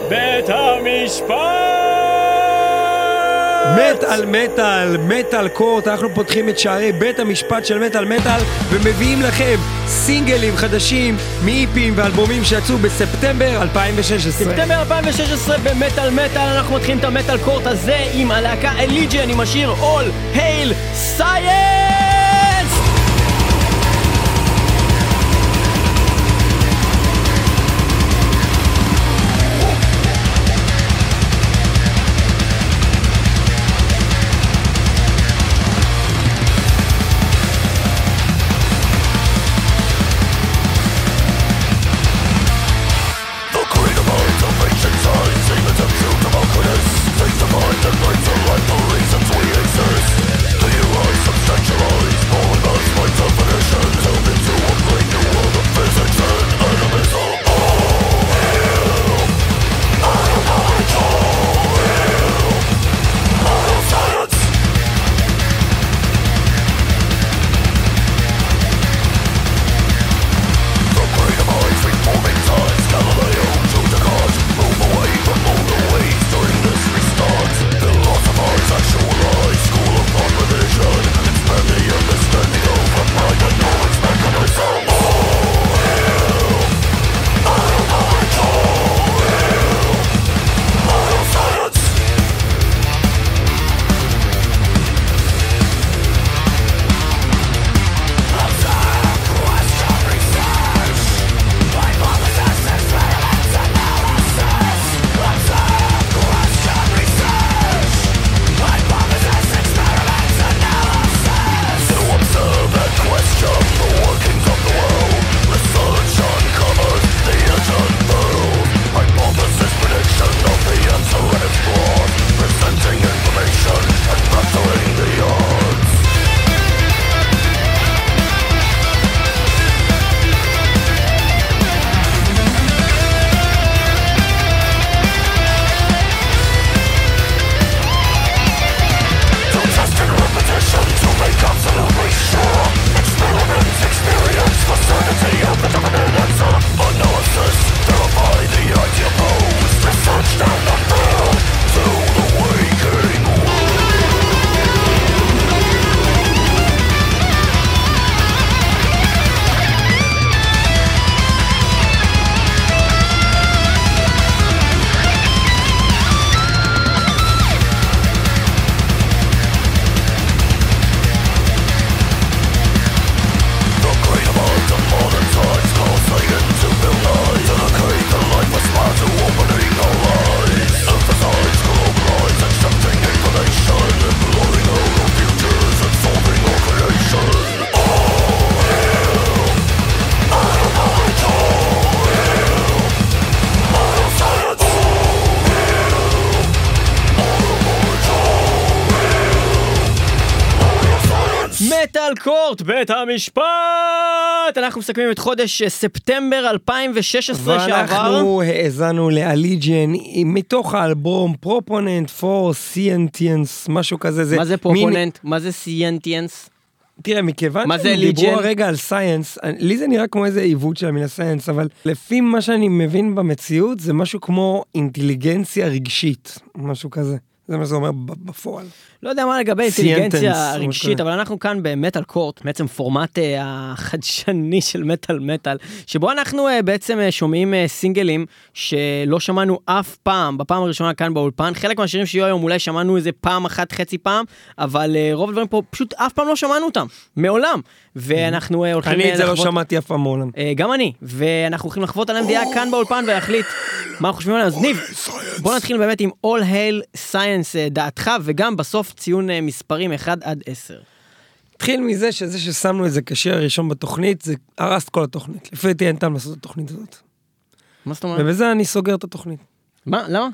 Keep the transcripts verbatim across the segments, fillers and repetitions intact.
בית המשפט! מטל מטל, מטל קורט, אנחנו פותחים את שערי בית המשפט של מטל מטל ומביאים לכם סינגלים חדשים מאיפים ואלבומים שיצאו בספטמבר אלפיים ושש עשרה. ספטמבר אלפיים ושש עשרה במטל מטל, אנחנו מתחילים את המטל קורט הזה עם הלהקה אליג'ן עם השיר All Hail Science! מטל קורט, בית המשפט! אנחנו מסכמים את חודש ספטמבר אלפיים ושש עשרה שעבר. ואנחנו האזנו לאליג'ן מתוך האלבום פרופוננט פור סיינטיאנס, משהו כזה. מה זה פרופוננט? מה זה סיינטיאנס? תראה, מכיוון שהם דיברו הרגע על סייאנס, לי זה נראה כמו איזה עיוות של המילה סייאנס, אבל לפי מה שאני מבין במציאות, זה משהו כמו אינטליגנציה רגשית, משהו כזה. זה מה זה אומר בפועל. לא יודע מה לגבי אינטליגנציה רגשית, אבל אנחנו כאן במטל קורט, בעצם פורמט החדשני של מטל מטל, שבו אנחנו בעצם שומעים סינגלים שלא שמענו אף פעם, בפעם הראשונה כאן באולפן, חלק מהשירים שיהיו היום אולי שמענו איזה פעם אחת, חצי פעם, אבל רוב הדברים פה פשוט אף פעם לא שמענו אותם, מעולם. ואנחנו הולכים... אני את זה לא שמעתי אף פעם מעולם. גם אני, ואנחנו הולכים לחוות עליהם דעה כאן באולפן ולהחליט מה אנחנו חושבים עליהם. אז ניב, בוא נתחיל באמת עם All Hail Science דעתך, וגם בסוף ציון מספרים אחד עד עשר. התחיל מזה שזה ששמנו את זה כשיר הראשון בתוכנית, זה הרס כל התוכנית. לפי דעתי אין טעם לעשות את התוכנית הזאת. מה זאת אומרת? ובזה אני סוגר את התוכנית. מה? למה?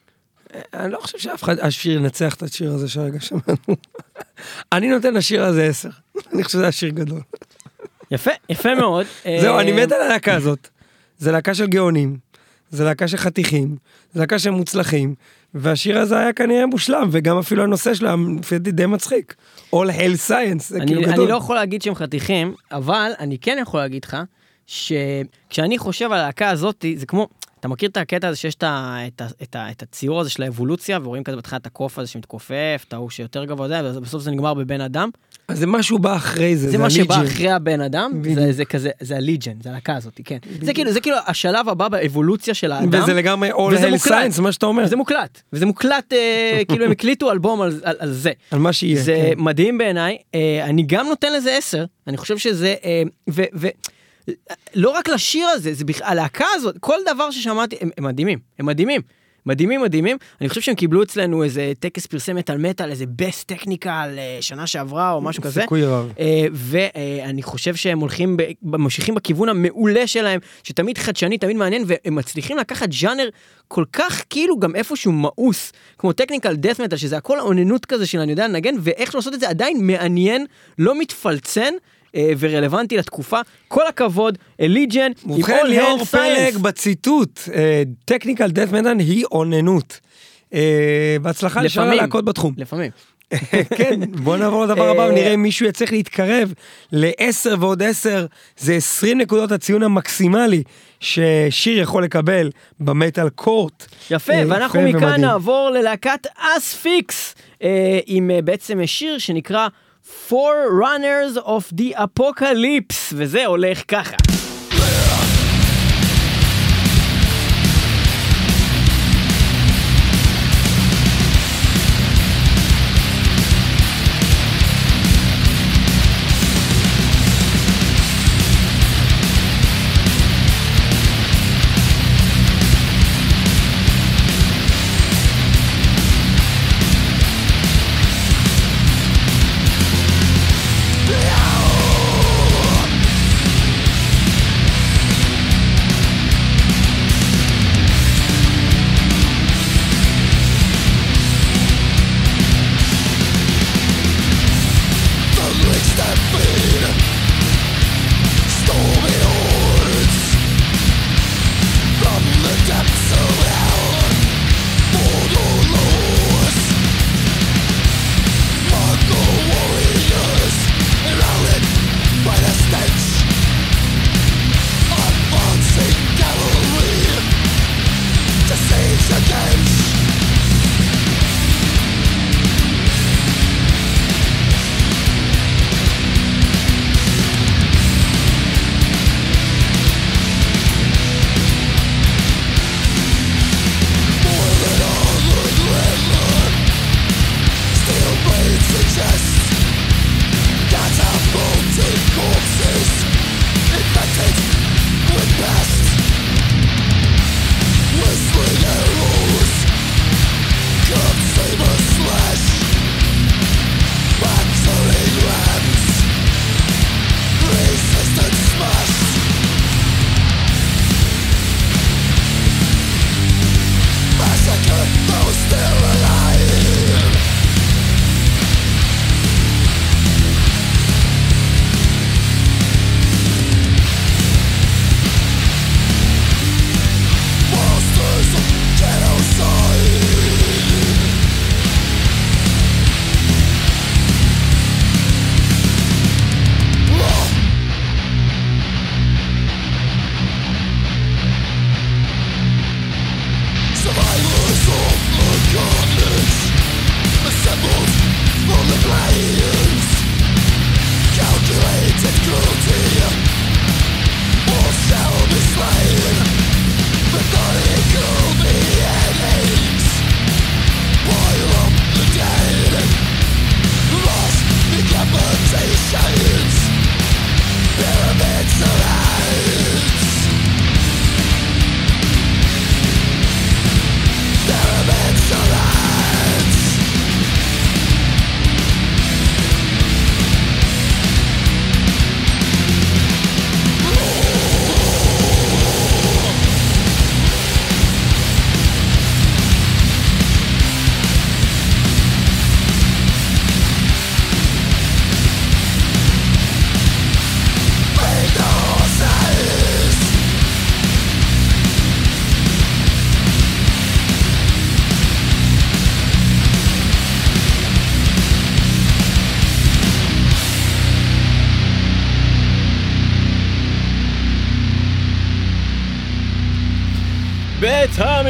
אני לא חושב שאף אחד השיר ינצח את השיר הזה שהרגע שמענו. אני נותן לשיר הזה עשר. אני חושב שזה השיר גדול. יפה, יפה מאוד. זהו, אני מת על הלהקה הזאת. זה להקה של גאונים, זה להקה של חתיכים, זה להקה של מוצלחים, והשיר הזה היה כנראה מושלם, וגם אפילו הנושא שלהם, לפי דעתי די מצחיק. All Hail Science, זה כאילו גדול. אני לא יכול להגיד שהם חתיכים, אבל אני כן יכול להגיד לך, שכשאני חושב על הלהקה הזאת, זה כמו, אתה מכיר את הקטע הזה שיש את הציור הזה של האבולוציה, ורואים כזה בתחילה את הקוף הזה שמתכופף, את ההוא שיותר גבוה זה, ובסוף זה נגמר בבן אדם. אז זה משהו בא אחרי זה, זה מה שבא אחרי הבן אדם, זה כזה, זה הליג'ן, זה הלקה הזאת, כן. זה כאילו, זה כאילו השלב הבא באבולוציה של האדם. וזה לגמרי all hell science, מה שאתה אומר. זה מוקלט, וזה מוקלט, כאילו הם הקליטו אלבום על זה. על מה שיהיה. זה מדהים בעיניי, אני גם נותן לזה עשר, אני חושב שזה, ו... לא רק לשיר הזה, זה בכלל, הלהקה הזאת, כל דבר ששמעתי, הם, הם מדהימים, הם מדהימים, מדהימים, מדהימים. אני חושב שהם קיבלו אצלנו איזה טקס פרסי מטל מטל, איזה בסט טכניקל שנה שעברה או משהו כזה. סיכוי רב. ואני חושב שהם הולכים, ממשיכים בכיוון המעולה שלהם, שתמיד חדשני, תמיד מעניין, והם מצליחים לקחת ז'אנר כל כך כאילו גם איפשהו מאוס, כמו טכניקל דאט מטל, שזה הכל העוננות כזה של אני יודע לנגן, ואיך לעשות את זה עדיין מעניין, לא מתפלצן, ורלוונטי לתקופה. כל הכבוד, ליג'ן, עם all hell science. בציטוט, טכניקל דאט מטל היא עוננות. בהצלחה לשאר הלהקות בתחום. לפעמים. כן, בוא נעבור לדבר הבא ונראה אם מישהו יצטרך להתקרב ל-עשר ועוד עשר, זה עשרים נקודות הציון המקסימלי ששיר יכול לקבל במטל קורט. יפה, ואנחנו מכאן נעבור ללהקת אספיקס, עם בעצם שיר שנקרא Forerunners of the Apocalypse, וזה הולך ככה.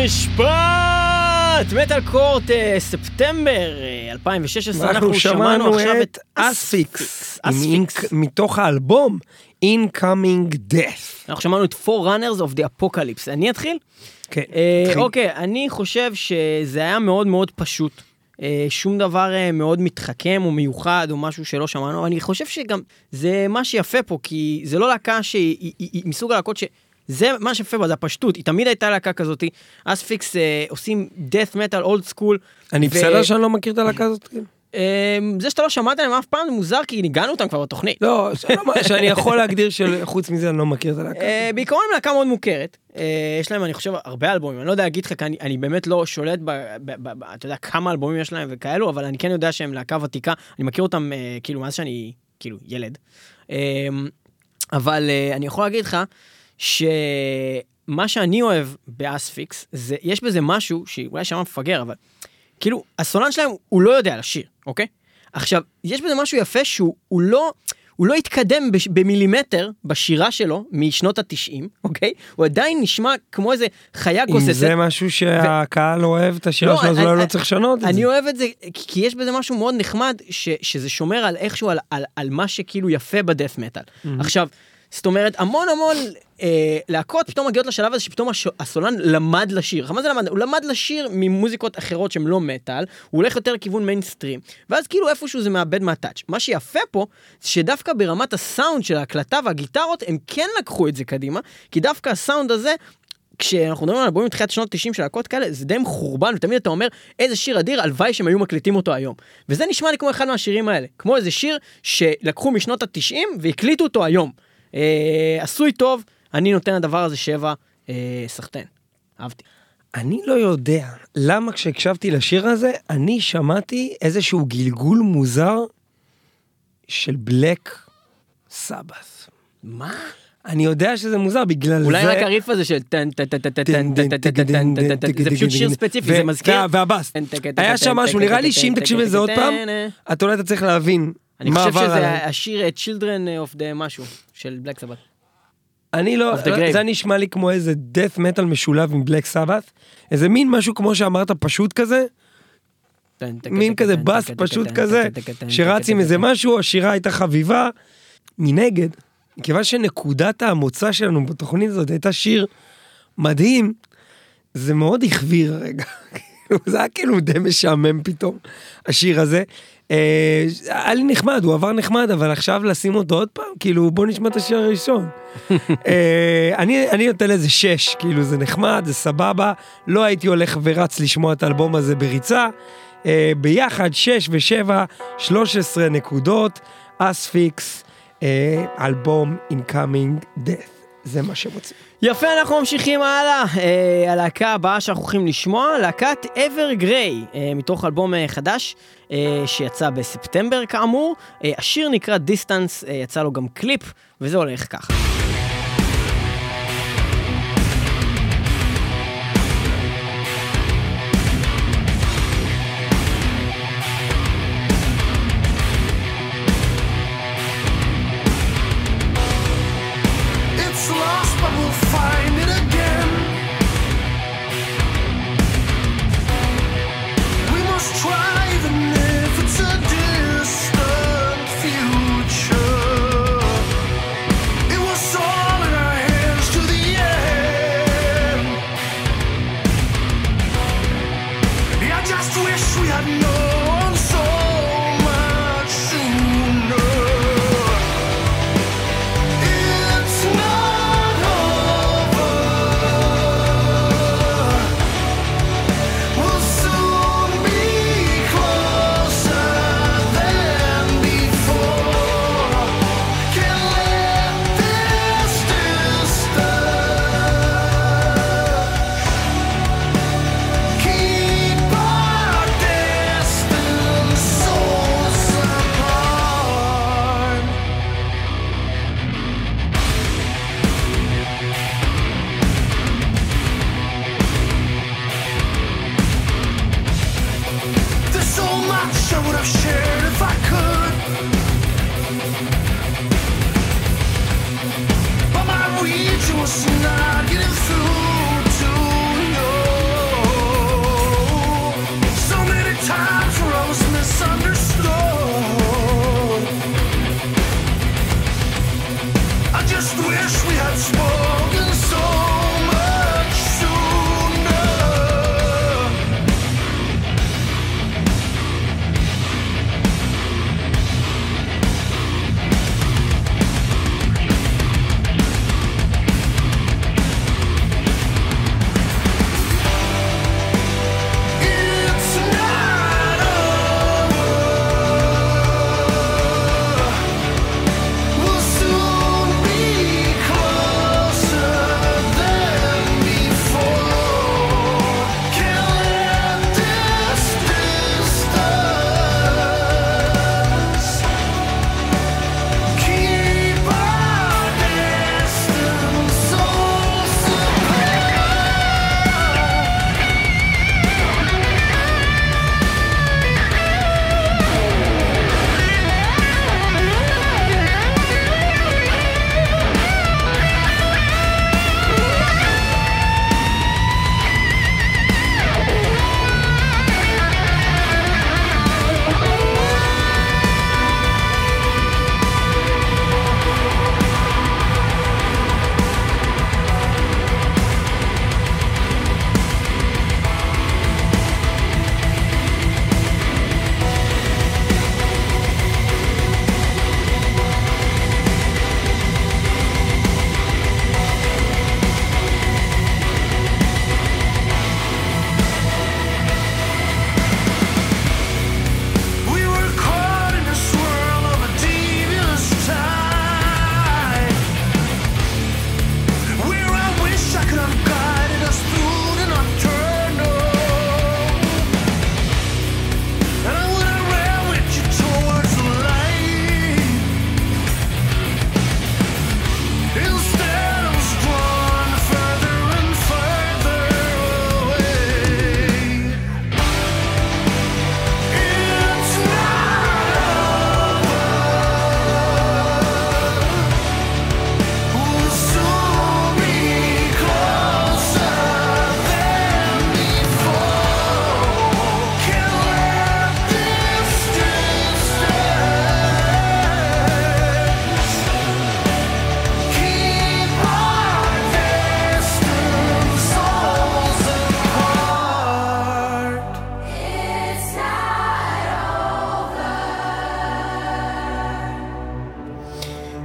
משפט! מטל קורט, ספטמבר אלפיים ושש עשרה, אנחנו שמענו עכשיו את אספיקס, מתוך האלבום Incoming Death. אנחנו שמענו את Forerunners of the Apocalypse. אני אתחיל? כן. אוקיי, אני חושב שזה היה מאוד מאוד פשוט. שום דבר מאוד מתחכם או מיוחד או משהו שלא שמענו, אבל אני חושב שגם זה מה שיפה פה, כי זה לא להקה שהיא מסוג הלהקות ש... זה מה שיפה בה, זה הפשטות, היא תמיד הייתה להקה כזאת, אספיקס עושים death metal old school. אני בסדר שאני לא מכיר את הלהקה הזאת? זה שאתה לא שמעת להם אף פעם, זה מוזר, כי ניגענו אותם כבר בתוכנית. לא, שאני יכול להגדיר שחוץ מזה אני לא מכיר את הלהקה. בעיקרון הם להקה מאוד מוכרת, יש להם, אני חושב, הרבה אלבומים, אני לא יודע להגיד לך, כי אני באמת לא שולט, אתה יודע כמה אלבומים יש להם וכאלו, אבל אני כן יודע שהם להקה ותיקה, אני מכיר אותם כאילו מאז שאני, כאילו, ילד. אבל אני יכול להגיד לך, שמה שאני אוהב באספיקס, זה, יש בזה משהו, שאולי שמה מפגר, אבל כאילו, הסולן שלהם הוא לא יודע לשיר, אוקיי? עכשיו, יש בזה משהו יפה שהוא הוא לא, הוא לא התקדם במילימטר בשירה שלו משנות התשעים, אוקיי? הוא עדיין נשמע כמו איזה חיה גוססת. אם זה משהו שהקהל ו... אוהב את השירה לא, שלו, אז אולי לא צריך לשנות את זה. אני אוהב את זה, כי יש בזה משהו מאוד נחמד, ש, שזה שומר על איכשהו, על, על, על מה שכאילו יפה בדף מטל. Mm-hmm. עכשיו, זאת אומרת, המון המון אה, להקות פתאום מגיעות לשלב הזה שפתאום הש... הסולן למד לשיר. מה זה למד? הוא למד לשיר ממוזיקות אחרות שהן לא מטל, הוא הולך יותר לכיוון מיינסטרים, ואז כאילו איפשהו זה מאבד מהטאץ'. מה שיפה פה, זה שדווקא ברמת הסאונד של ההקלטה והגיטרות, הם כן לקחו את זה קדימה, כי דווקא הסאונד הזה, כשאנחנו מדברים על אלבומים מתחילת שנות תשעים של להקות כאלה, זה די מחורבן, ותמיד אתה אומר, איזה שיר אדיר, הלוואי שהם היו מקליטים אותו היום. וזה נשמע לי כמו אחד מהשירים האלה, כמו איזה שיר שלקחו משנות התשעים והקליטו אותו היום. אה, עשוי טוב, אני נותן הדבר הזה שבע, אה, סחטן. אהבתי. אני לא יודע למה כשהקשבתי לשיר הזה, אני שמעתי איזשהו גלגול מוזר של בלק סבת. מה? אני יודע שזה מוזר, בגלל זה... אולי רק הריף הזה של טן טן טן טן טן טן טן טן טן טן, זה פשוט שיר ספציפי, זה מזכיר... והבאס. היה שם משהו, נראה לי שאם תקשיב לזה עוד פעם, אתה אולי אתה צריך להבין. אני חושב שזה השיר Children of the משהו, של בלק סבת. אני לא, זה נשמע לי כמו איזה death metal משולב עם בלק סבת, איזה מין משהו כמו שאמרת פשוט כזה, מין כזה בס פשוט כזה, שרץ עם איזה משהו, השירה הייתה חביבה, מנגד, כיוון שנקודת המוצא שלנו בתוכנית הזאת הייתה שיר מדהים, זה מאוד הכביר רגע, זה היה כאילו די משעמם פתאום, השיר הזה, היה לי נחמד, הוא עבר נחמד, אבל עכשיו לשים אותו עוד פעם, כאילו בוא נשמע את השיר הראשון. אני נותן לזה שש, כאילו זה נחמד, זה סבבה, לא הייתי הולך ורץ לשמוע את האלבום הזה בריצה, ביחד שש ושבע, שלוש עשרה נקודות, אספיקס, אלבום Incoming Death. זה מה שרוצים. יפה, אנחנו ממשיכים הלאה. אה, הלהקה הבאה שאנחנו הולכים לשמוע, להקת Evergrey, אה, מתוך אלבום אה, חדש, אה, שיצא בספטמבר כאמור. אה, השיר נקרא Distance, אה, יצא לו גם קליפ, וזה הולך ככה. Not getting through to you.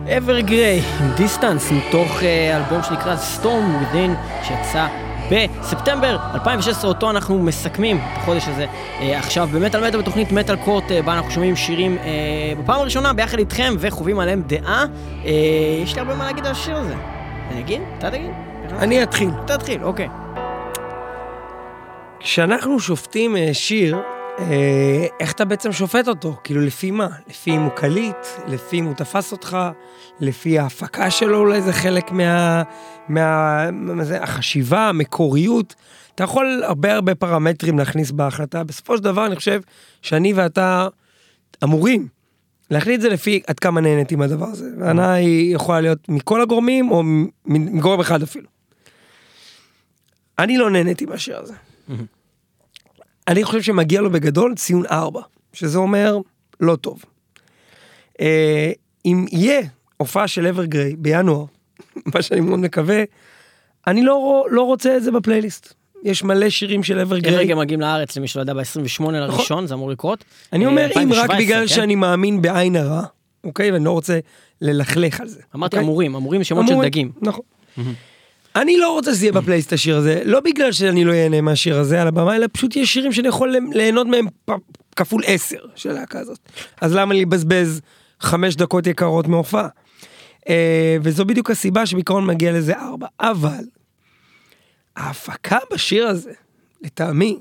Evergrey, Distance, מתוך אלבום שנקרא Storm Within, שיצא בספטמבר אלפיים ושש עשרה, אותו אנחנו מסכמים את החודש הזה עכשיו במטל מטל, בתוכנית מטל קורט, בה אנחנו שומעים שירים בפעם הראשונה ביחד איתכם וחווים עליהם דעה. יש לי הרבה מה להגיד על השיר הזה. אני אגיד? אתה תגיד? אני אתחיל. אתה תתחיל, אוקיי. כשאנחנו שופטים שיר, איך אתה בעצם שופט אותו? כאילו לפי מה? לפי אם הוא קליט, לפי אם הוא תפס אותך, לפי ההפקה שלו, אולי זה חלק מה... מה... מה זה, החשיבה, המקוריות. אתה יכול הרבה הרבה פרמטרים להכניס בהחלטה. בסופו של דבר אני חושב שאני ואתה אמורים להחליט את זה לפי עד כמה נהנית עם הדבר הזה. והנה היא יכולה להיות מכל הגורמים, או מגורם אחד אפילו. אני לא נהניתי בשיר הזה. אני חושב שמגיע לו בגדול ציון ארבע, שזה אומר לא טוב. אם יהיה הופעה של אברגריי בינואר, מה שאני מאוד מקווה, אני לא, לא רוצה את זה בפלייליסט. יש מלא שירים של אברגריי. אברגריי מגיעים לארץ, למי שלא יודע, ב-עשרים ושמונה לראשון, זה אמור לקרות. אני אומר, אם רק בגלל שאני מאמין בעין הרע, אוקיי, ואני לא רוצה ללכלך על זה. אמרתי אמורים, אמורים שמות של דגים. נכון. אני לא רוצה שזה יהיה בפלייסט השיר הזה, לא בגלל שאני לא ייהנה מהשיר הזה על הבמה, אלא פשוט יש שירים שאני יכול ליהנות מהם כפול עשר של להקה הזאת. אז למה לי לבזבז חמש דקות יקרות מהופעה? וזו בדיוק הסיבה שבעיקרון מגיע לזה ארבע. אבל ההפקה בשיר הזה, לטעמי,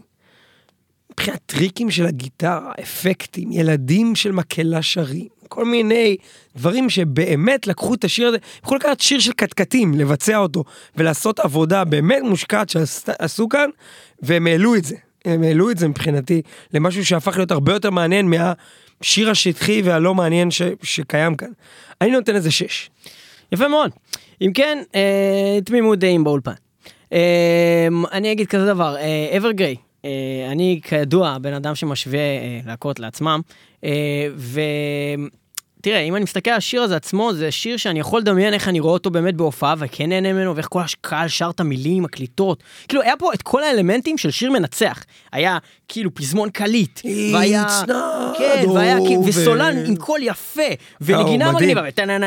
מבחינת טריקים של הגיטרה, אפקטים, ילדים של מקהלה שרים, כל מיני דברים שבאמת לקחו את השיר הזה, יכול לקחת שיר של קטקטים, לבצע אותו, ולעשות עבודה באמת מושקעת שעשו כאן, והם העלו את זה. הם העלו את זה מבחינתי למשהו שהפך להיות הרבה יותר מעניין מהשיר השטחי והלא מעניין ש, שקיים כאן. אני נותן איזה שש. יפה מאוד. אם כן, אה, תמימות דעים באולפן. אה, אני אגיד כזה דבר, אה, אברגריי, אה, אני כידוע בן אדם שמשווה אה, להקות לעצמם, אה, ו... תראה, אם אני מסתכל על השיר הזה עצמו, זה שיר שאני יכול לדמיין איך אני רואה אותו באמת בהופעה, וכן נהנה ממנו, ואיך כל הקהל שר את המילים, הקליטות. כאילו, היה פה את כל האלמנטים של שיר מנצח. היה כאילו פזמון קליט, והיה... כן, והיה כאילו, וסולן עם קול יפה, ונגינה מגניבה,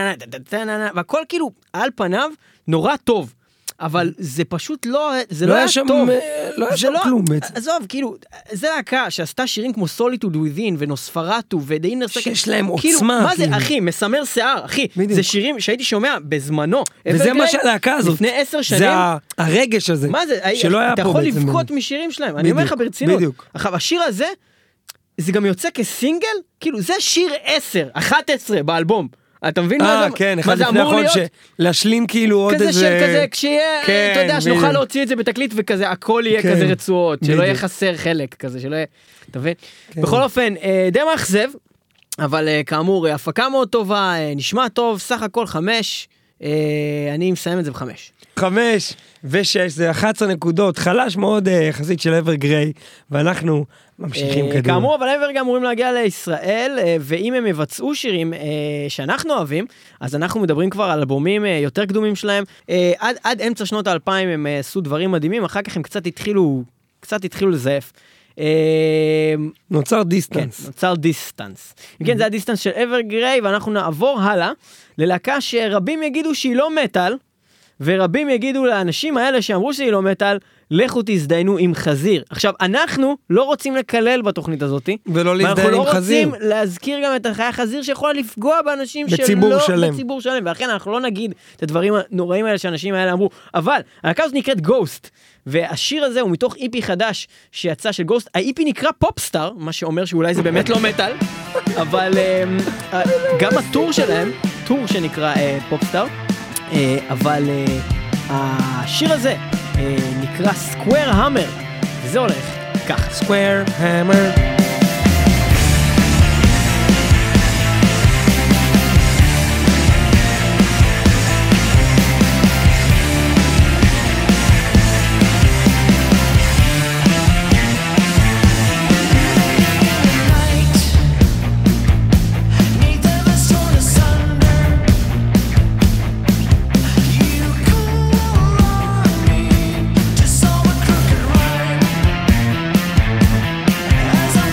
והכל כאילו, על פניו, נורא טוב. אבל זה פשוט לא, זה לא היה טוב. לא היה שם כלום בעצם. עזוב, כאילו, זה להקה שעשתה שירים כמו Solitude Within ונוספרטו ודאינר סקנד. שיש להם עוצמה. מה זה, אחי, מסמר שיער, אחי. זה שירים שהייתי שומע בזמנו. וזה מה שהלהקה הזאת. לפני עשר שנים. זה הרגש הזה. מה זה, אתה יכול לבכות משירים שלהם. אני אומר לך ברצינות. בדיוק. עכשיו, השיר הזה, זה גם יוצא כסינגל? כאילו, זה שיר עשר, אחת עשרה באלבום. אתה מבין מה זה? כן, אחד לפני האחרון להשלים כאילו עוד איזה... כזה שיר כזה, כשיהיה, אתה יודע, שנוכל להוציא את זה בתקליט וכזה, הכל יהיה כזה רצועות, שלא יהיה חסר חלק כזה, שלא יהיה... אתה מבין? בכל אופן, די מאכזב, אבל כאמור, הפקה מאוד טובה, נשמע טוב, סך הכל חמש, אני מסיים את זה בחמש. חמש ושש, זה אחת עשרה נקודות, חלש מאוד יחסית של אברגריי, ואנחנו ממשיכים קדימה. כאמור, אבל אברגריי אמורים להגיע לישראל, ואם הם יבצעו שירים שאנחנו אוהבים, אז אנחנו מדברים כבר על אלבומים יותר קדומים שלהם. עד, עד אמצע שנות האלפיים הם עשו דברים מדהימים, אחר כך הם קצת התחילו, קצת התחילו לזייף. נוצר דיסטנס. כן, נוצר דיסטנס. כן, זה הדיסטנס של אברגריי, ואנחנו נעבור הלאה ללהקה שרבים יגידו שהיא לא מטל, ורבים יגידו לאנשים האלה שאמרו שהיא לא מטל, לכו תזדיינו עם חזיר. עכשיו, אנחנו לא רוצים לקלל בתוכנית הזאת, ולא להזדיין עם חזיר. אנחנו לא רוצים להזכיר גם את החיי החזיר שיכולה לפגוע באנשים בציבור שלא... שלם. בציבור שלם. ולכן אנחנו לא נגיד את הדברים הנוראים האלה שאנשים האלה אמרו. אבל, הלהקה הזאת נקראת גוסט, והשיר הזה הוא מתוך איפי חדש שיצא של גוסט. האיפי נקרא פופסטאר, מה שאומר שאולי זה באמת לא מטל, אבל גם הטור שלהם, טור שנקרא פופסטאר, אבל השיר הזה נקרא סקוואר המר, וזה הולך כך. סקוואר המר. As I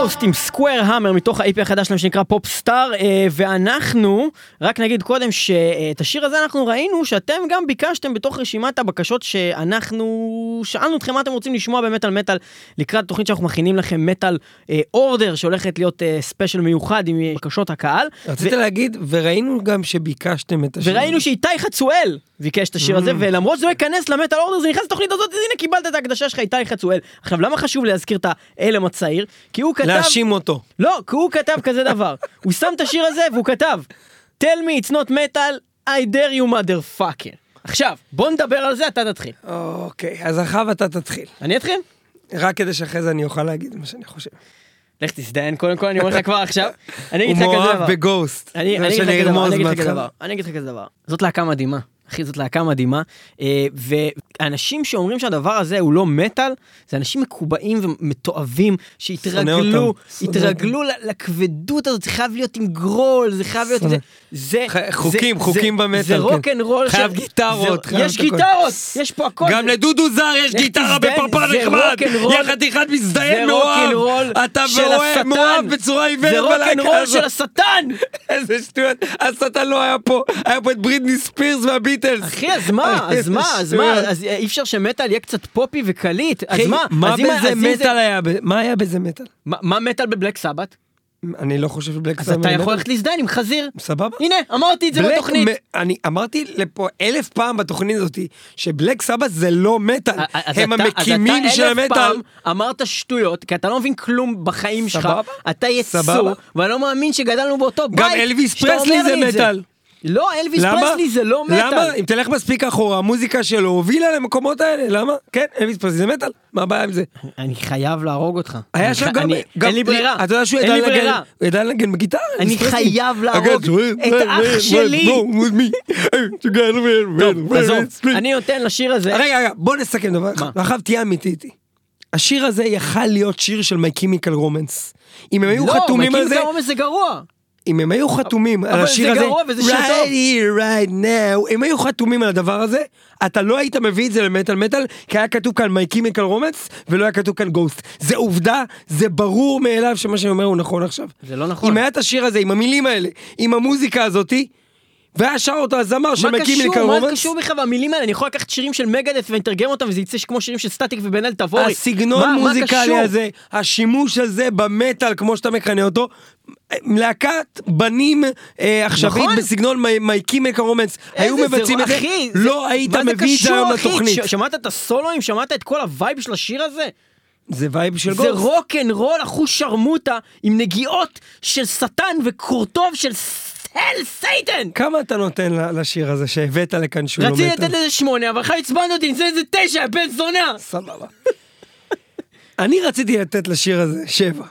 גוסט עם סקוואר המר מתוך ה-איי פי החדש שלהם שנקרא פופ סטאר, ואנחנו, רק נגיד קודם שאת השיר הזה אנחנו ראינו שאתם גם ביקשתם בתוך רשימת הבקשות שאנחנו שאלנו אתכם מה אתם רוצים לשמוע במטל מטל לקראת תוכנית שאנחנו מכינים לכם מטל אורדר שהולכת להיות ספיישל מיוחד עם בקשות הקהל. רצית להגיד, וראינו גם שביקשתם את השיר. וראינו שאיתי חצואל ביקש את השיר הזה, ולמרות שזה לא ייכנס למטל אורדר, זה נכנס לתוכנית הזאת, אז הנה קיבלת את ההקדשה שלך, איתי חצואל. עכשיו, למה חשוב להזכיר את האלם הצעיר? כי הוא כתב... להאשים אותו. לא, כי הוא כתב כזה דבר. הוא שם את השיר הזה, והוא כתב, Tell me it's not metal, I dare you motherfucker. עכשיו, בוא נדבר על זה, אתה תתחיל. אוקיי, אז אחר אתה תתחיל. אני אתחיל? רק כדי שאחרי זה אני אוכל להגיד מה שאני חושב. לך תסדן, קודם כל אני אומר לך כבר עכשיו. אני אגיד לך כזה דבר. הוא מואב בגוסט. אני אגיד לך כזה דבר, אני אגיד לך כזה דבר. אני אגיד לך כזה דבר. זאת להקה מדהימה. אחי, זאת להקה מדהימה, ואנשים שאומרים שהדבר הזה הוא לא מטל, זה אנשים מקובעים ומתואבים, שהתרגלו, התרגלו לכבדות הזאת, זה חייב להיות עם גרול, זה חייב להיות... חוקים, חוקים במטל. זה רוק'נ'רול. חייב גיטרות. יש גיטרות, יש פה הכל. גם לדודו זר יש גיטרה בפרפר נחמד, יחד אחד מזדיין מאוהב, אתה מאוהב בצורה עיוורת. זה רוק'נ'רול של השטן. איזה שטויות, השטן לא היה פה, היה פה את בריטני ספירס והביטלס. אחי, אז מה, אז מה, אז מה, אז אי אפשר שמטל יהיה קצת פופי וקליט, אז מה? מה בזה מטל היה, מה היה בזה מטל? מה מטל בבלק סבת? אני לא חושב שבלק סבת... אז אתה יכול ללכת להזדהן עם חזיר. סבבה. הנה, אמרתי את זה בתוכנית. אני אמרתי לפה אלף פעם בתוכנית הזאת, שבלק סבת זה לא מטל. הם המקימים של המטל. אז אתה אלף פעם אמרת שטויות, כי אתה לא מבין כלום בחיים שלך. אתה יצור, ואני לא מאמין שגדלנו באותו בית. גם אלוויס פרסלי זה מטל. לא, אלוויס פרסלי זה לא מטל. למה? אם תלך מספיק אחורה, המוזיקה שלו הובילה למקומות האלה, למה? כן, אלוויס פרסלי זה מטל, מה הבעיה עם זה? אני חייב להרוג אותך. היה שם גם... אין לי ברירה. אתה יודע שהוא ידע לנגן בגיטרה? אני חייב להרוג את האח שלי. טוב, עזוב, אני נותן לשיר הזה... רגע, רגע, בוא נסכם דבר אחד. ואחר תהיה אמיתי איתי. השיר הזה יכל להיות שיר של My Chemical Romance. אם הם היו חתומים על זה... לא, My Chemical Romance זה גרוע. אם הם היו חתומים על השיר הזה, right here, right now, אם היו חתומים על הדבר הזה, אתה לא היית מביא את זה למטל מטל, כי היה כתוב כאן My Chemical Romance, ולא היה כתוב כאן Ghost. זה עובדה, זה ברור מאליו שמה שאני אומר הוא נכון עכשיו. זה לא נכון. אם היה את השיר הזה, עם המילים האלה, עם המוזיקה הזאת, והיה שר אותו הזמר של My Chemical Romance. מה קשור בכלל במילים האלה? אני יכול לקחת שירים של מגדף ואינתרגם אותם, וזה יצא כמו שירים של סטטיק ובן אל תבורי. הסגנון מוזיקלי הזה, השימוש הזה במטל, כמו שאתה מקנה אותו, להקת בנים עכשווית בסגנון My Chemical Romance, היו מבצעים את זה, לא היית מביא את זה היום לתוכנית. שמעת את הסולואים? שמעת את כל הווייב של השיר הזה? זה וייב של גוסט. זה רוק'נ'רול, אחוז שרמוטה, עם נגיעות של שטן וקורטוב של הל סייטן! כמה אתה נותן לשיר הזה שהבאת לכאן שהוא לא מטל? רציתי לתת לזה שמונה, אבל אחרי הצבנת אותי, נצא לזה תשע, בן זונה! סבבה. אני רציתי לתת לשיר הזה שבע.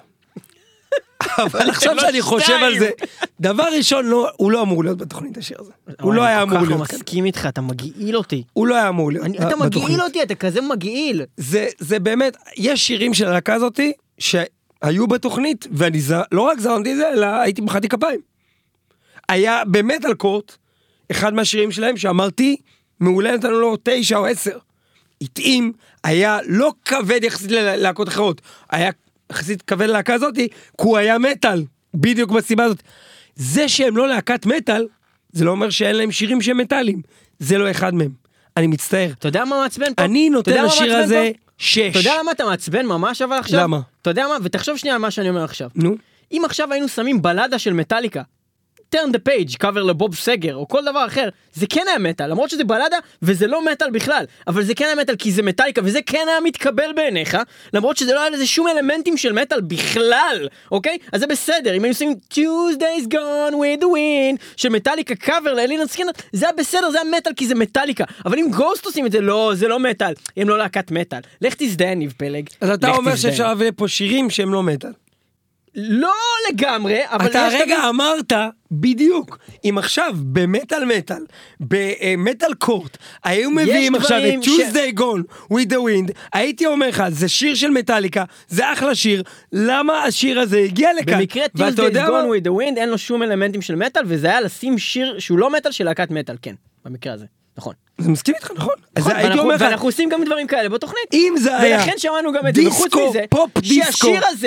אבל עכשיו שאני חושב על זה, דבר ראשון, הוא לא אמור להיות בתוכנית השיר הזה. הוא לא היה אמור להיות. אני כל כך מסכים איתך, אתה מגעיל אותי. הוא לא היה אמור להיות בתוכנית. אתה מגעיל אותי, אתה כזה מגעיל. זה באמת, יש שירים של הלהקה הזאת, שהיו בתוכנית, ואני לא רק זרמתי את זה, אלא הייתי מחאתי כפיים. היה במטל קורט, אחד מהשירים שלהם שאמרתי, מעולה נתנו לו תשע או עשר. התאים, היה לא כבד יחסית ללהקות אחרות, היה יחסית כבד ללהקה הזאת, כי הוא היה מטל, בדיוק בסיבה הזאת. זה שהם לא להקת מטל, זה לא אומר שאין להם שירים שהם מטלים, זה לא אחד מהם. אני מצטער. אתה יודע מה מעצבן פה? אני נותן לשיר הזה שש. אתה יודע למה אתה מעצבן ממש אבל עכשיו? למה? אתה יודע מה? ותחשוב שנייה על מה שאני אומר עכשיו. נו. אם עכשיו היינו שמים בלדה של מטליקה, turn the page, cover לבוב סגר, או כל דבר אחר, זה כן היה מטל, למרות שזה בלדה, וזה לא מטל בכלל, אבל זה כן היה מטל, כי זה מטליקה, וזה כן היה מתקבל בעיניך, למרות שזה לא היה לזה שום אלמנטים של מטל בכלל, אוקיי? אז זה בסדר, אם היינו עושים Tuesday's gone with the wind, של מטליקה, cover לאלינה סקינר, זה היה בסדר, זה היה מטל, כי זה מטליקה, אבל אם גוסט עושים את זה, לא, זה לא מטל, הם לא להקת מטל. לך תזדהן, ניב פלג. אז אתה אומר שאפשר להביא פה שירים שהם לא מטל. לא לגמרי, אבל אתה רגע תביא... אמרת בדיוק, אם עכשיו במטל מטל, במטל קורט, היו מביאים עכשיו את Tuesday ש... Gone with the Wind, הייתי אומר לך, זה שיר של מטליקה, זה אחלה שיר, למה השיר הזה הגיע לכאן? במקרה Tuesday Gone מה... with the Wind, אין לו שום אלמנטים של מטל, וזה היה לשים שיר שהוא לא מטל של להקת מטל, כן, במקרה הזה, נכון. זה מסכים איתך, נכון? נכון, ואנחנו, ואנחנו עושים גם דברים כאלה בתוכנית. אם זה היה ולכן שמענו גם את זה, וחוץ מזה, שהשיר הזה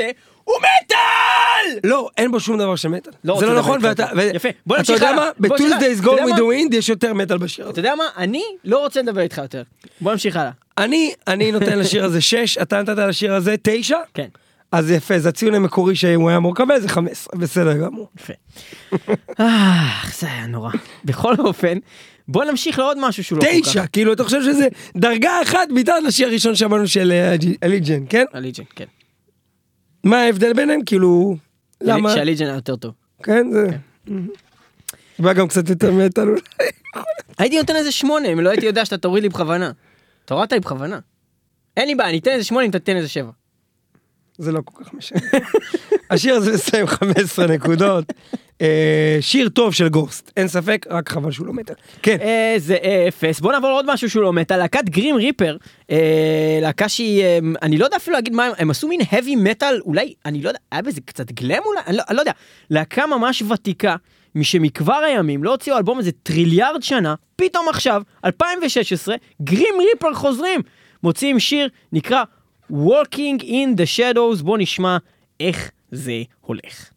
הוא מטל! לא, אין בו שום דבר של מטל. זה לא נכון, ואתה... יפה, בוא נמשיך הלאה. אתה יודע מה? ב-Tuesdays Go with the Wind יש יותר מטל בשיר. אתה יודע מה? אני לא רוצה לדבר איתך יותר. בוא נמשיך הלאה. אני, אני נותן לשיר הזה שש, אתה נתת לשיר הזה תשע? כן. אז יפה, זה הציון המקורי שהוא היה אמור לקבל, זה חמש עשרה, בסדר גמור. יפה. אה, זה היה נורא. בכל אופן, בוא נמשיך לעוד משהו שהוא לא כל כך. תשע, כאילו, אתה חושב שזה דרגה אחת מתחת לשיר הראשון שאמרנו של אליג'ן, כן? אליג'ן, כן. מה ההבדל ביניהם? כאילו, למה? שאליג'ן היה יותר טוב. כן, זה... בא גם קצת יותר מטל אולי. הייתי נותן איזה שמונה, אם לא הייתי יודע שאתה תוריד לי בכוונה. אתה הורדת לי בכוונה. אין לי בעיה, אני אתן איזה שמונה, אם אתה תתן איזה שבע. זה לא כל כך משנה. השיר הזה מסיים חמש עשרה נקודות. שיר טוב של גוסט, אין ספק, רק חבל שהוא לא מטל. כן. זה אפס. בוא נעבור לעוד משהו שהוא לא מטל. להקת גרים ריפר, להקה שהיא, אני לא יודע אפילו להגיד מה, הם עשו מין heavy metal, אולי, אני לא יודע, היה בזה קצת גלם אולי? אני לא יודע. להקה ממש ותיקה, משמכבר הימים, לא הוציאו אלבום איזה טריליארד שנה, פתאום עכשיו, אלפיים ושש עשרה, גרים ריפר חוזרים, מוציאים שיר, נקרא Walking in the Shadows. בוא נשמע איך זה הולך.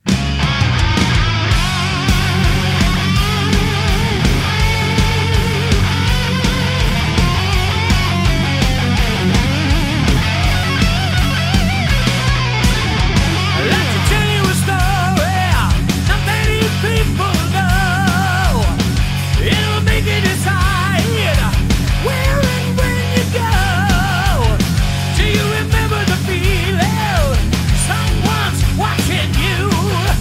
Someone's watching you.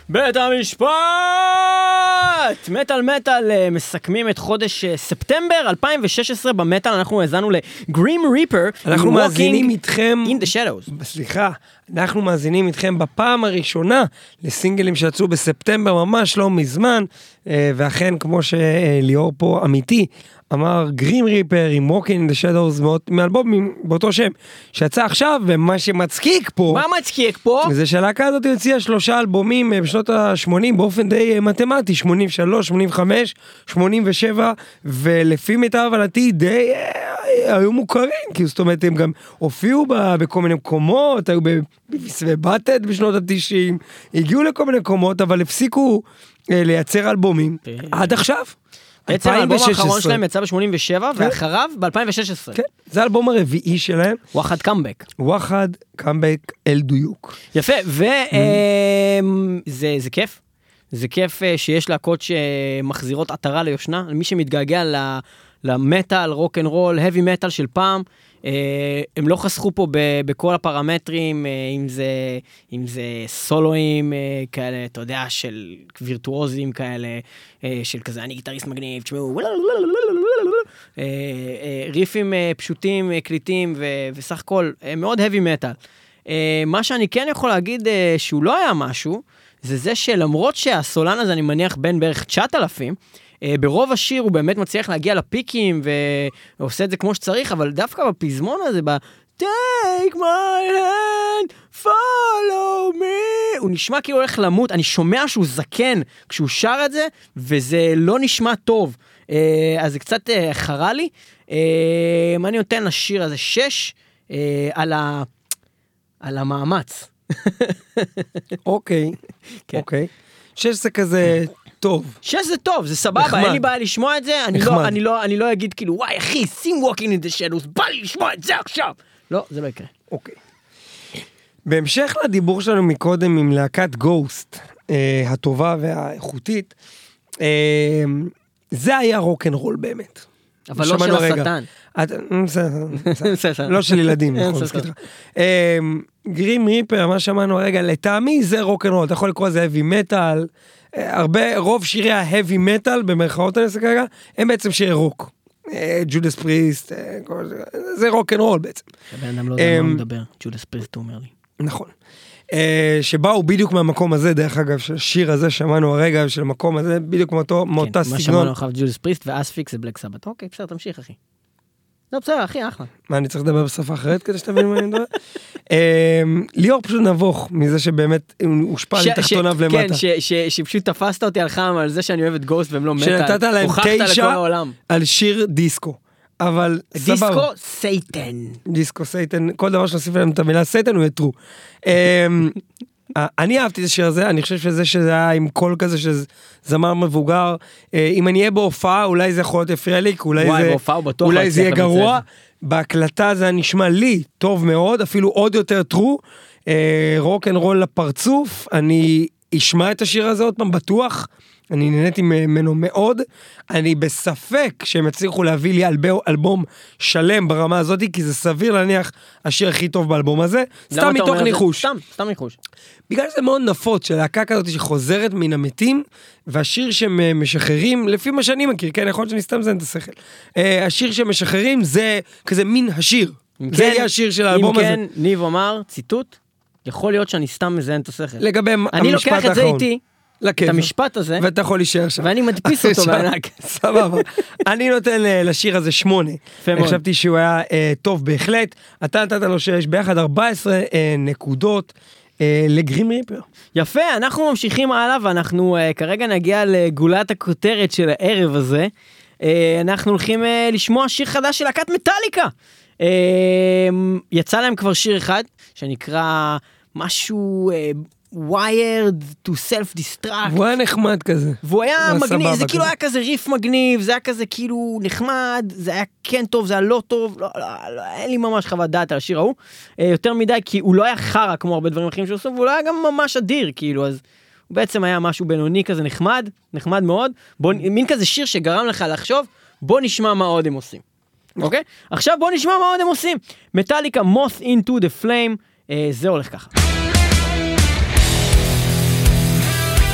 בית המשפט! מטל מטל מסכמים את חודש ספטמבר אלפיים ושש עשרה במטל, אנחנו הזנו לגרים ריפר. אנחנו מאזינים איתכם... in the shadows. סליחה, אנחנו מאזינים איתכם בפעם הראשונה לסינגלים שיצאו בספטמבר ממש לא מזמן, ואכן כמו שליאור פה אמיתי, אמר גרים ריפר עם Walking in the Shadows מאלבום באותו שם שיצא עכשיו, ומה שמצקיק פה מה מצקיק פה? זה שהלהקה הזאת הוציאה שלושה אלבומים בשנות ה-שמונים באופן די מתמטי, שמונים ושלוש, שמונים וחמש, שמונים ושבע, ולפי מיטב הבנתי די היו מוכרים, כי זאת אומרת הם גם הופיעו בכל מיני מקומות, היו בבטד בשנות ה-תשעים, הגיעו לכל מיני מקומות, אבל הפסיקו לייצר אלבומים עד עכשיו. בעצם האלבום האחרון שלהם יצא ב-שמונים ושבע, ואחריו ב-אלפיים ושש עשרה. כן, זה האלבום הרביעי שלהם. וואחד קאמבק. וואחד קאמבק אל דיוק. יפה, וזה כיף. זה כיף שיש להקות שמחזירות עטרה ליושנה, למי שמתגעגע למטל, רוק אנד רול, heavy metal של פעם. הם לא חסכו פה בכל הפרמטרים, אם זה, אם זה סולואים כאלה, אתה יודע, של וירטואוזים כאלה, של כזה, אני גיטריסט מגניב, תשמעו, ריפים פשוטים, קליטים, וסך הכל, מאוד heavy metal. מה שאני כן יכול להגיד שהוא לא היה משהו, זה זה שלמרות שהסולן הזה, אני מניח, בין בערך תשעת אלפים, ברוב השיר הוא באמת מצליח להגיע לפיקים, ועושה את זה כמו שצריך, אבל דווקא בפזמון הזה, ב- Take my hand, follow me, הוא נשמע כאילו הולך למות, אני שומע שהוא זקן כשהוא שר את זה, וזה לא נשמע טוב, אז זה קצת חרה לי. אני נותן לשיר הזה שש, על ה... על המאמץ. אוקיי, אוקיי. שש זה כזה... טוב. שש זה טוב, זה סבבה, אין לי בעיה לשמוע את זה, אני לא, אני לא, אני לא אגיד כאילו, וואי אחי, שים Walking in the Shadows, בא לי לשמוע את זה עכשיו. לא, זה לא יקרה. אוקיי. בהמשך לדיבור שלנו מקודם עם להקת גוסט, אה, הטובה והאיכותית, אה, זה היה רוק אנד רול באמת. אבל לא של השטן. לא של ילדים. גרים ריפר, מה שמענו הרגע, לטעמי זה רוק אנד רול, אתה יכול לקרוא לזה heavy metal, הרבה, רוב שירי ה-heavy metal, במרכאות אני עושה כרגע, הם בעצם שירי רוק. ג'ודס פריסט, זה רוק אנד רול בעצם. הבן אדם לא יודע מה מדבר, ג'ודס פריסט הוא אומר לי. נכון. שבאו בדיוק מהמקום הזה, דרך אגב, של השיר הזה שמענו הרגע, של המקום הזה, בדיוק מאותה סגנון. מה שמענו אחר ג'ודס פריסט ואספיקס זה בלק סבת. אוקיי, בסדר, תמשיך אחי. לא, בסדר, אחי, אחלה. מה, אני צריך לדבר בשפה אחרת כדי שתבין מה אני מדבר? ליאור פשוט נבוך מזה שבאמת הוא הושפע לתחתוניו למטה. כן, שפשוט תפסת אותי על חם על זה שאני אוהב את גוסט והם לא מטל. שנתת להם תשע על שיר דיסקו. אבל סבבה. דיסקו סייטן. דיסקו סייטן, כל דבר שנוסיף להם את המילה סייטן הוא יתרו. אני אהבתי את השיר הזה, אני חושב שזה שזה היה עם קול כזה שזה זמר מבוגר, אם אני אהיה בהופעה אולי זה יכול להיות הפריע לי, אולי זה יהיה גרוע, בהקלטה זה נשמע לי טוב מאוד, אפילו עוד יותר טרו, רוק אנד רול לפרצוף, אני אשמע את השיר הזה עוד פעם בטוח, אני נהניתי ממנו מאוד, אני בספק שהם הצליחו להביא לי אלבום שלם ברמה הזאת, כי זה סביר להניח השיר הכי טוב באלבום הזה, סתם מתוך ניחוש. סתם, סתם ניחוש. בגלל שזה מאוד נפוץ, שלהקה כזאת שחוזרת מן המתים, והשיר שהם משחררים, לפי מה שאני מכיר, כן, יכול להיות שאני סתם זן את השכל, השיר שהם משחררים זה כזה מין השיר, זה יהיה השיר של האלבום הזה. אם כן, ניב אמר, ציטוט, יכול להיות שאני סתם מזן את השכל. לגבי המשפט האחרון. אני לוקח את זה איתי, את המשפט הזה, ואתה יכול להישאר שם. ואני מדפיס אותו בענק. סבבה. אני נותן לשיר הזה שמונה. חשבתי שהוא היה טוב בהחלט. אתה נתת לו שיש ביחד ארבע עשרה נקודות לגרים ריפר. יפה, אנחנו ממשיכים הלאה, ואנחנו כרגע נגיע לגולת הכותרת של הערב הזה. אנחנו הולכים לשמוע שיר חדש של להקת מטאליקה. יצא להם כבר שיר אחד, שנקרא משהו... wired to self-destruct. והוא היה נחמד כזה. והוא היה מגניב, זה כאילו היה כזה ריף מגניב, זה היה כזה כאילו נחמד, זה היה כן טוב, זה היה לא טוב, לא, לא, לא, אין לי ממש חוות דעת על השיר ההוא, יותר מדי, כי הוא לא היה חרה כמו הרבה דברים אחרים שעושים, והוא לא היה גם ממש אדיר, כאילו, אז הוא בעצם היה משהו בינוני כזה נחמד, נחמד מאוד, בוא, מין כזה שיר שגרם לך לחשוב, בוא נשמע מה עוד הם עושים. אוקיי? עכשיו בוא נשמע מה עוד הם עושים. מטאליקה, Moth into the Flame, זה הולך ככה.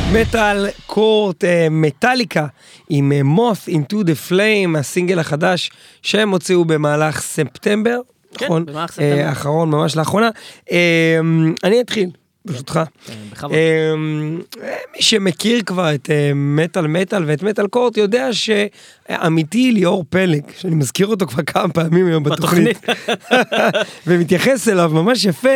מטל קורט, מטליקה, עם Moth into the Flame, הסינגל החדש שהם הוציאו במהלך ספטמבר, נכון? במהלך ספטמבר. האחרון, ממש לאחרונה. אני אתחיל, ברשותך. בכבוד. מי שמכיר כבר את מטל מטל ואת מטל קורט יודע שאמיתי ליאור פלג, שאני מזכיר אותו כבר כמה פעמים היום בתוכנית, ומתייחס אליו ממש יפה,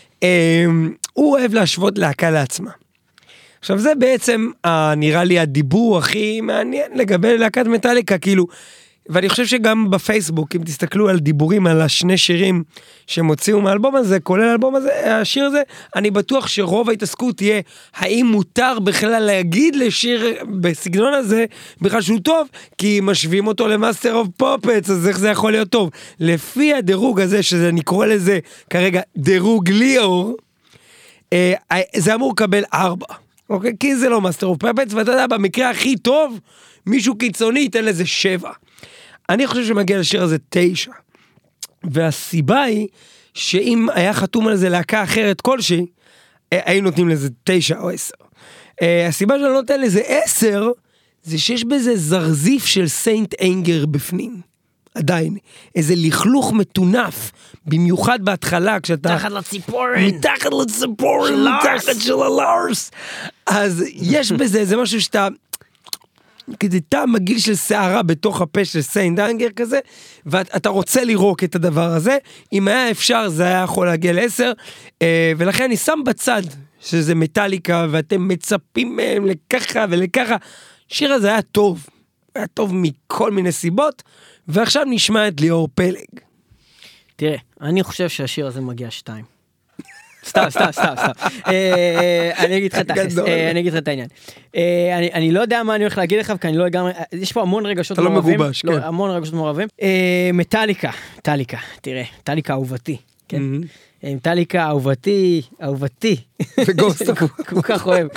הוא אוהב להשוות להקה לעצמה. עכשיו זה בעצם נראה לי הדיבור הכי מעניין לגבי להקת מטליקה, כאילו, ואני חושב שגם בפייסבוק, אם תסתכלו על דיבורים על השני שירים שהם הוציאו מהאלבום הזה, כולל האלבום הזה, השיר הזה, אני בטוח שרוב ההתעסקות תהיה, האם מותר בכלל להגיד לשיר בסגנון הזה, בכלל שהוא טוב, כי משווים אותו למאסטר אוף פופטס, אז איך זה יכול להיות טוב? לפי הדירוג הזה, שאני קורא לזה כרגע דירוג ליאור, אה, זה אמור לקבל ארבע. אוקיי? כי זה לא מאסטר אוף פופטס, ואתה יודע, במקרה הכי טוב, מישהו קיצוני ייתן לזה שבע. אני חושב שמגיע לשיר הזה תשע. והסיבה היא, שאם היה חתום על זה להקה אחרת כלשהי, היו נותנים לזה תשע או עשר. הסיבה שאני לא נותן לזה עשר, זה שיש בזה זרזיף של סיינט אנגר בפנים. עדיין. איזה לכלוך מטונף, במיוחד בהתחלה, כשאתה... מתחת לציפורן. מתחת לציפורן, מתחת של הלארס. אז יש בזה, זה משהו שאתה... כזה טעם מגיל של שערה בתוך הפה של סיינט אנגר כזה, ואתה רוצה לירוק את הדבר הזה. אם היה אפשר, זה היה יכול להגיע לעשר, ולכן אני שם בצד שזה מטליקה, ואתם מצפים מהם לככה ולככה. השיר הזה היה טוב. היה טוב מכל מיני סיבות, ועכשיו נשמע את ליאור פלג. תראה, אני חושב שהשיר הזה מגיע שתיים. סתם, סתם, סתם, סתם. אני אגיד לך תכלס, אני אגיד לך את העניין. אני לא יודע מה אני הולך להגיד לך, כי אני לא לגמרי, יש פה המון רגשות מעורבים. אתה לא מגובש, כן. המון רגשות מעורבים. מטליקה, מטליקה, תראה, מטליקה אהובתי, כן? מטליקה אהובתי, אהובתי. וגוסט. כל כך אוהב.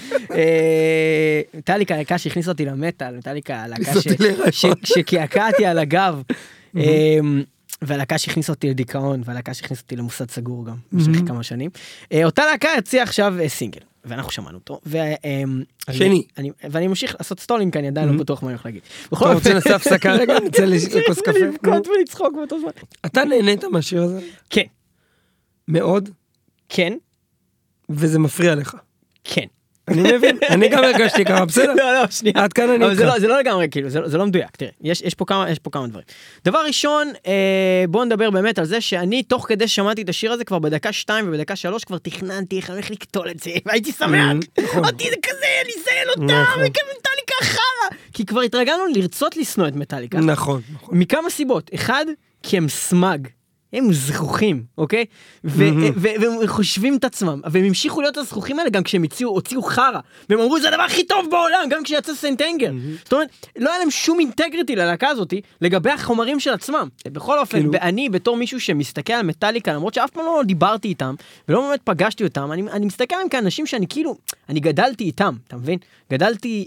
מטליקה, הלהקה שהכניס אותי למטל, מטליקה, הלהקה שקעקעתי על הגב. והלהקה שהכניס אותי לדיכאון, והלהקה שהכניס אותי למוסד סגור גם, במשך כמה שנים. אותה להקה הציעה עכשיו סינגל, ואנחנו שמענו אותו. שני. ואני ממשיך לעשות סטולינג, כי אני עדיין לא בטוח מה אני הולך להגיד. אתה רוצה לנסה הפסקה רגע? נצא לכוס קפה? לבכות ולצחוק באותו זמן. אתה נהנית מהשיר הזה? כן. מאוד? כן. וזה מפריע לך? כן. אני מבין, אני גם הרגשתי כמה, בסדר? לא, לא, שנייה. עד כאן אני איתך. זה לא לגמרי, כאילו, זה לא מדויק. תראה, יש פה כמה דברים. דבר ראשון, בואו נדבר באמת על זה שאני, תוך כדי שמעתי את השיר הזה, כבר בדקה שתיים ובדקה שלוש, כבר תכננתי איך אני הולך לקטול את זה, והייתי שמח. אותי זה כזה, לזיין אותה, ומטליקה חרא. כי כבר התרגלנו לרצות לשנוא את מטליקה. נכון, נכון. מכמה סיבות. אחד, כי הם סמג. הם זכוכים, אוקיי? והם חושבים את עצמם, והם המשיכו להיות הזכוכים האלה גם כשהם הוציאו חרה, והם אמרו, זה הדבר הכי טוב בעולם, גם כשיצא סיינט אנגר. זאת אומרת, לא היה להם שום אינטגריטי ללהקה הזאת, לגבי החומרים של עצמם. בכל אופן, ואני, בתור מישהו שמסתכל על מטליקה, למרות שאף פעם לא דיברתי איתם, ולא באמת פגשתי אותם, אני מסתכל עליהם כאנשים שאני כאילו, אני גדלתי איתם, אתה מבין? גדלתי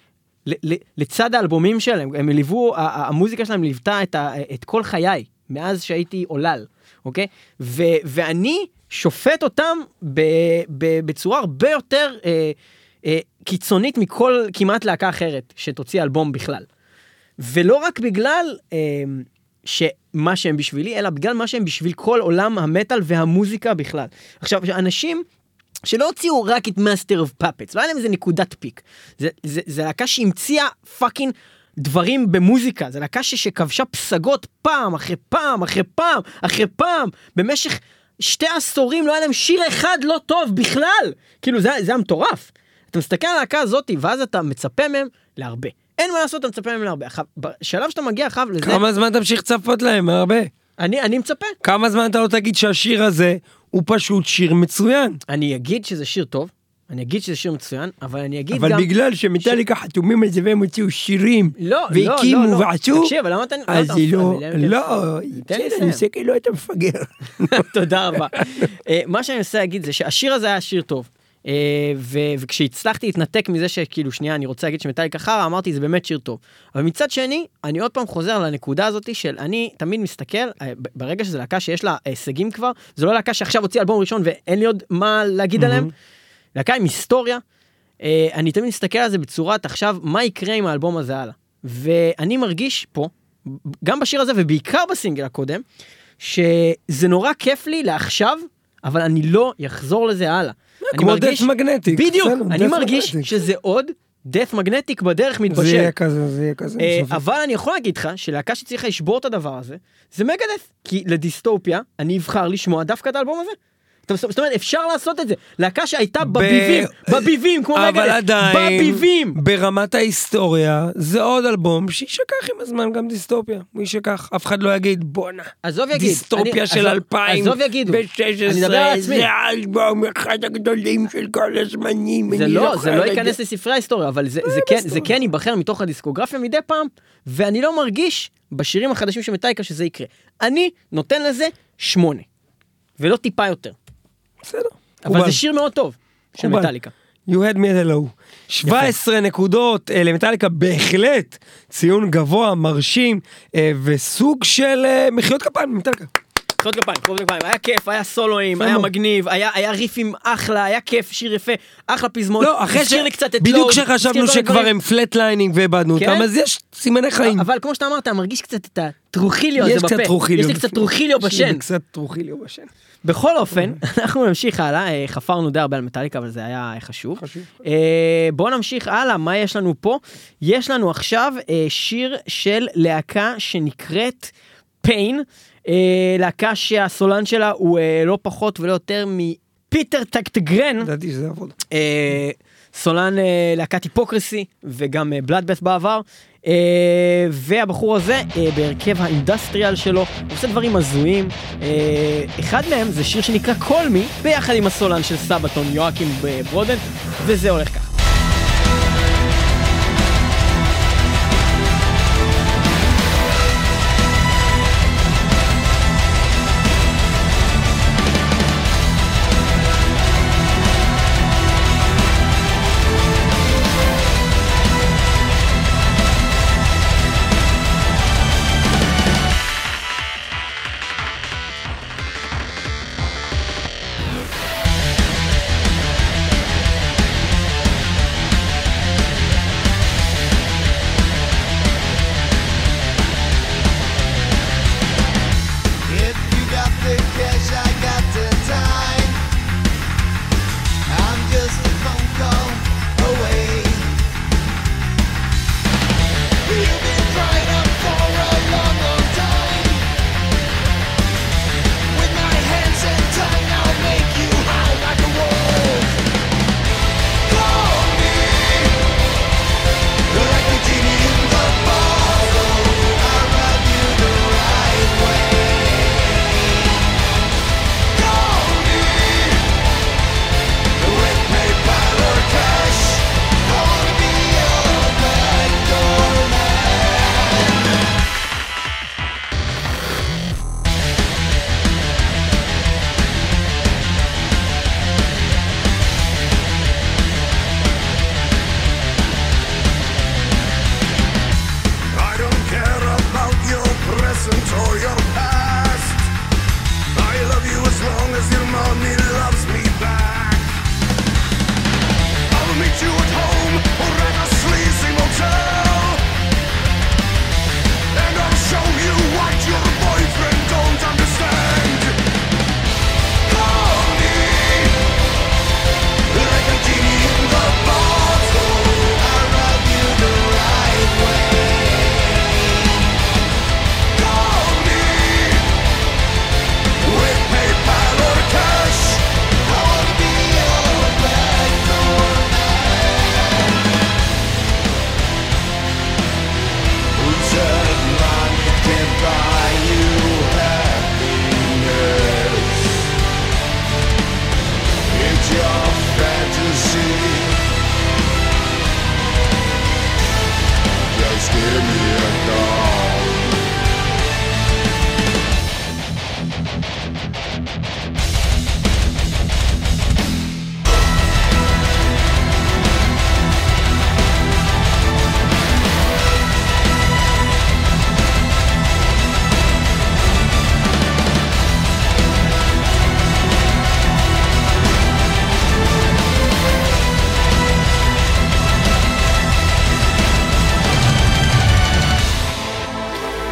לצד האלבומים שלהם, הם ליוו, המוזיקה שלהם ליוותה את כל חיי. מאז שהייתי עולל, אוקיי? ו- ואני שופט אותם ב- ב- בצורה הרבה יותר אה, אה, קיצונית מכל כמעט להקה אחרת שתוציא אלבום בכלל. ולא רק בגלל אה, שמה שהם בשבילי, אלא בגלל מה שהם בשביל כל עולם המטל והמוזיקה בכלל. עכשיו, אנשים שלא הוציאו רק את Master of Puppets, לא היה להם איזה נקודת פיק. זה, זה, זה להקה שהמציאה פאקינג דברים במוזיקה, זה להקה שכבשה פסגות פעם, אחרי פעם, אחרי פעם, אחרי פעם, במשך שתי עשורים לא היה להם שיר אחד לא טוב בכלל, כאילו זה, זה המטורף. אתה מסתכל על הלהקה הזאת, ואז אתה מצפה מהם להרבה. אין מה לעשות, אתה מצפה מהם להרבה. בשלב שאתה מגיע אחר לזה... כמה זמן תמשיך צפות להם, הרבה? אני, אני מצפה. כמה זמן אתה לא תגיד שהשיר הזה הוא פשוט שיר מצוין? אני אגיד שזה שיר טוב, אני אגיד שזה שיר מצוין, אבל אני אגיד אבל גם... אבל בגלל שמטליקה ש... חתומים על זה והם הוציאו שירים, לא, והקימו לא, לא, ועשו, תקשיב, אבל למה אתה... אז זה לא, לא, אני מסתכל, לא אתה מפגר. תודה רבה. מה שאני מנסה להגיד זה שהשיר הזה היה שיר טוב, וכשהצלחתי להתנתק מזה שכאילו שנייה, אני רוצה להגיד שמטליקה חרא, אמרתי זה באמת שיר טוב. אבל מצד שני, אני עוד פעם חוזר לנקודה הזאת של אני תמיד מסתכל, ברגע שזה להקה שיש לה הישגים כבר, זה לא להקה שעכשיו הוציא אלבום ראשון ואין לי עוד מה להגיד עליהם, להקה עם היסטוריה, אני תמיד מסתכל על זה בצורת, עכשיו, מה יקרה עם האלבום הזה הלאה? ואני מרגיש פה, גם בשיר הזה ובעיקר בסינגל הקודם, שזה נורא כיף לי לעכשיו, אבל אני לא יחזור לזה הלאה. כמו דף מגנטיק. בדיוק, אני מרגיש שזה עוד דף מגנטיק בדרך מתבשל. זה יהיה כזה, זה יהיה כזה. אבל אני יכול להגיד לך, שלהקה שצריכה לשבור את הדבר הזה, זה מגדף, כי לדיסטופיה, אני אבחר לשמוע דווקא את האלבום הזה. זאת אומרת, אפשר לעשות את זה. להקה שהייתה בביבים, בביבים, כמו מגדף, אבל עדיין, בביבים. ברמת ההיסטוריה, זה עוד אלבום שישכח עם הזמן גם דיסטופיה. הוא ישכח, אף אחד לא יגיד, בונה, דיסטופיה של אלפיים ושש עשרה, זה האלבום אחד הגדולים של כל הזמנים. זה לא, זה לא ייכנס לספרי ההיסטוריה, אבל זה כן ייבחר מתוך הדיסקוגרפיה מדי פעם, ואני לא מרגיש בשירים החדשים של מטאליקה שזה יקרה. אני נותן לזה שמונה, ולא טיפה יותר. בסדר. אבל זה שיר מאוד טוב של מטאליקה. You had me at hello. שבע עשרה נקודות למטאליקה, בהחלט ציון גבוה, מרשים, וסוג של מחיאות כפיים מטאליקה. מחיאות כפיים, מחיאות כפיים. היה כיף, היה סולואים, היה מגניב, היה ריפים אחלה, היה כיף, שיר יפה, אחלה פזמון. לא, אחרי ש... בדיוק שחשבנו שכבר הם פלט ליינינג ואיבדנו אותם, אז יש סימני חיים. אבל כמו שאתה אמרת, מרגיש קצת את הטרוחיליו הזה בפה. יש לי קצת טרוחיליו בשן. יש לי קצת טרוחיליו בשן. בכל אופן, אנחנו נמשיך הלאה, חפרנו די הרבה על מטאליקה, אבל זה היה חשוב. בואו נמשיך הלאה, מה יש לנו פה? יש לנו עכשיו שיר של להקה שנקראת פיין, להקה שהסולן שלה הוא לא פחות ולא יותר מפיטר טקטגרן. ידעתי שזה עבוד. סולן להקת היפוקרסי, וגם בלאדבאת' בעבר. והבחור הזה בהרכב האינדסטריאל שלו הוא עושה דברים הזויים. אחד מהם זה שיר שנקרא Call Me ביחד עם הסולן של סבתון יואקים ברודן, וזה הולך כך.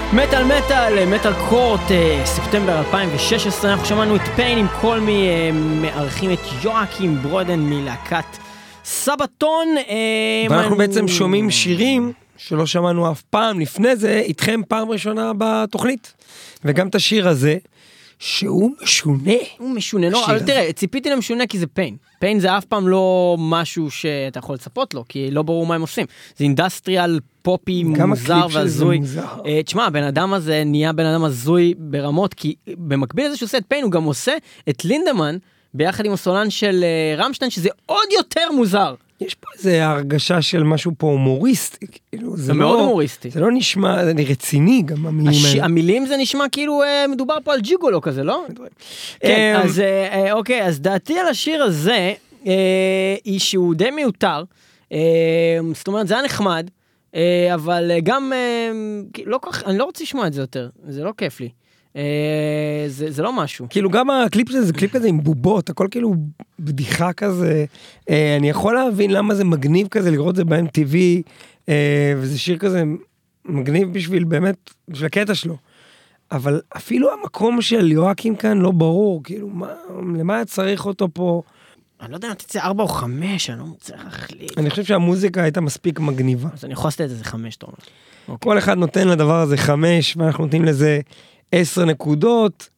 מטל מטל, מטל קורט, ספטמבר אלפיים ושש עשרה, אנחנו שמענו את פיין עם כל מי מארחים את יואקים ברודן מלהקת סבתון. ואנחנו בעצם שומעים שירים שלא שמענו אף פעם לפני זה, איתכם פעם ראשונה בתוכנית. וגם את השיר הזה, שהוא משונה. הוא משונה, לא, אבל תראה, ציפיתי למשונה כי זה פיין. פיין זה אף פעם לא משהו שאתה יכול לצפות לו, כי לא ברור מה הם עושים. זה אינדסטריאל פופי מוזר והזוי. תשמע, הבן אדם הזה נהיה בן אדם הזוי ברמות, כי במקביל לזה שהוא עושה את פיין, הוא גם עושה את לינדמן, ביחד עם הסולן של רמשטיין, שזה עוד יותר מוזר. יש פה איזו הרגשה של משהו פה הומוריסטי. זה מאוד הומוריסטי. זה לא נשמע, זה רציני גם המילים האלה. המילים זה נשמע כאילו מדובר פה על ג'יגולו כזה, לא? כן, אז אוקיי, אז דעתי על השיר הזה, היא שהוא די מיותר, זאת אומרת, זה היה נחמד, אבל גם, אני לא רוצה לשמוע את זה יותר, זה לא כיף לי. זה, זה לא משהו. כאילו גם הקליפ הזה, זה קליפ כזה עם בובות, הכל כאילו בדיחה כזה. אני יכול להבין למה זה מגניב כזה, לראות זה ב-אם טי וי, וזה שיר כזה מגניב בשביל באמת, בשביל הקטע שלו. אבל אפילו המקום של יואקים כאן לא ברור, כאילו, מה, למה צריך אותו פה? אני לא יודע, אני תצא ארבע או חמש, אני לא צריך להחליט. אני חושב שהמוזיקה הייתה מספיק מגניבה. אז אני יכול לעשות את זה חמש, אתה אומר. כל אחד נותן לדבר הזה חמש, ואנחנו נותנים לזה עשר נקודות,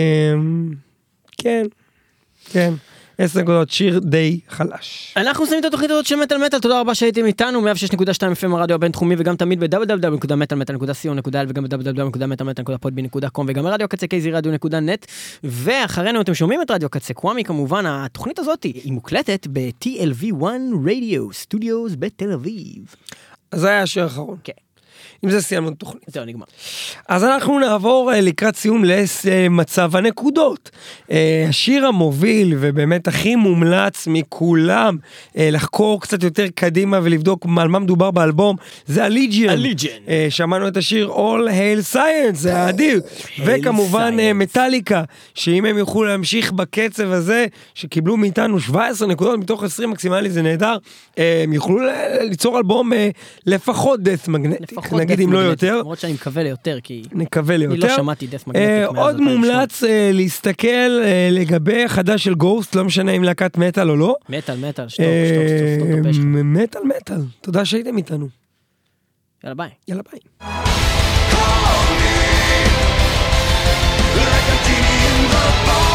כן, כן, עשר נקודות, שיר די חלש. אנחנו עושים את התוכנית הזאת של מטל מטל, תודה רבה שהייתם איתנו, מאה ושש נקודה שתיים אף אם הרדיו הבינתחומי, וגם תמיד ב-דאבליו דאבליו דאבליו נקודה מטל מטל נקודה סי או נקודה אל, וגם ב-דאבליו דאבליו דאבליו נקודה מטל מטל נקודה פודבין נקודה קום, וגם ברדיו קצה קייזי רדיו נקודה נט, ואחרינו אתם שומעים את רדיו קצה קוואמי, כמובן, התוכנית הזאת היא מוקלטת ב-טי אל וי וואן Radio Studios בתל אביב. אז זה היה השיר האחרון. כן. אם זה סיימנו את תוכנית. זהו, נגמר. אז אנחנו נעבור לקראת סיום למצב הנקודות. השיר המוביל ובאמת הכי מומלץ מכולם לחקור קצת יותר קדימה ולבדוק על מה מדובר באלבום, זה הליג'ן. הליג'ן. שמענו את השיר All Hail Science, זה האדיר. וכמובן מטליקה, שאם הם יוכלו להמשיך בקצב הזה, שקיבלו מאיתנו שבע עשרה נקודות מתוך עשרים מקסימלי, זה נהדר, הם יוכלו ליצור אלבום לפחות death magnetic. נגיד אם לא יותר. למרות שאני מקווה ליותר, כי נקווה ליותר. אני לא שמעתי דף מגנטיק. עוד מומלץ להסתכל לגבי החדש של גוסט, לא משנה אם להקת מטל או לא. מטל, מטל, שטוב, שטוב, שטוב, שטוב, שטוב. מטל, מטל. תודה שהייתם איתנו. יאללה ביי. יאללה ביי. Like a genie in the ball.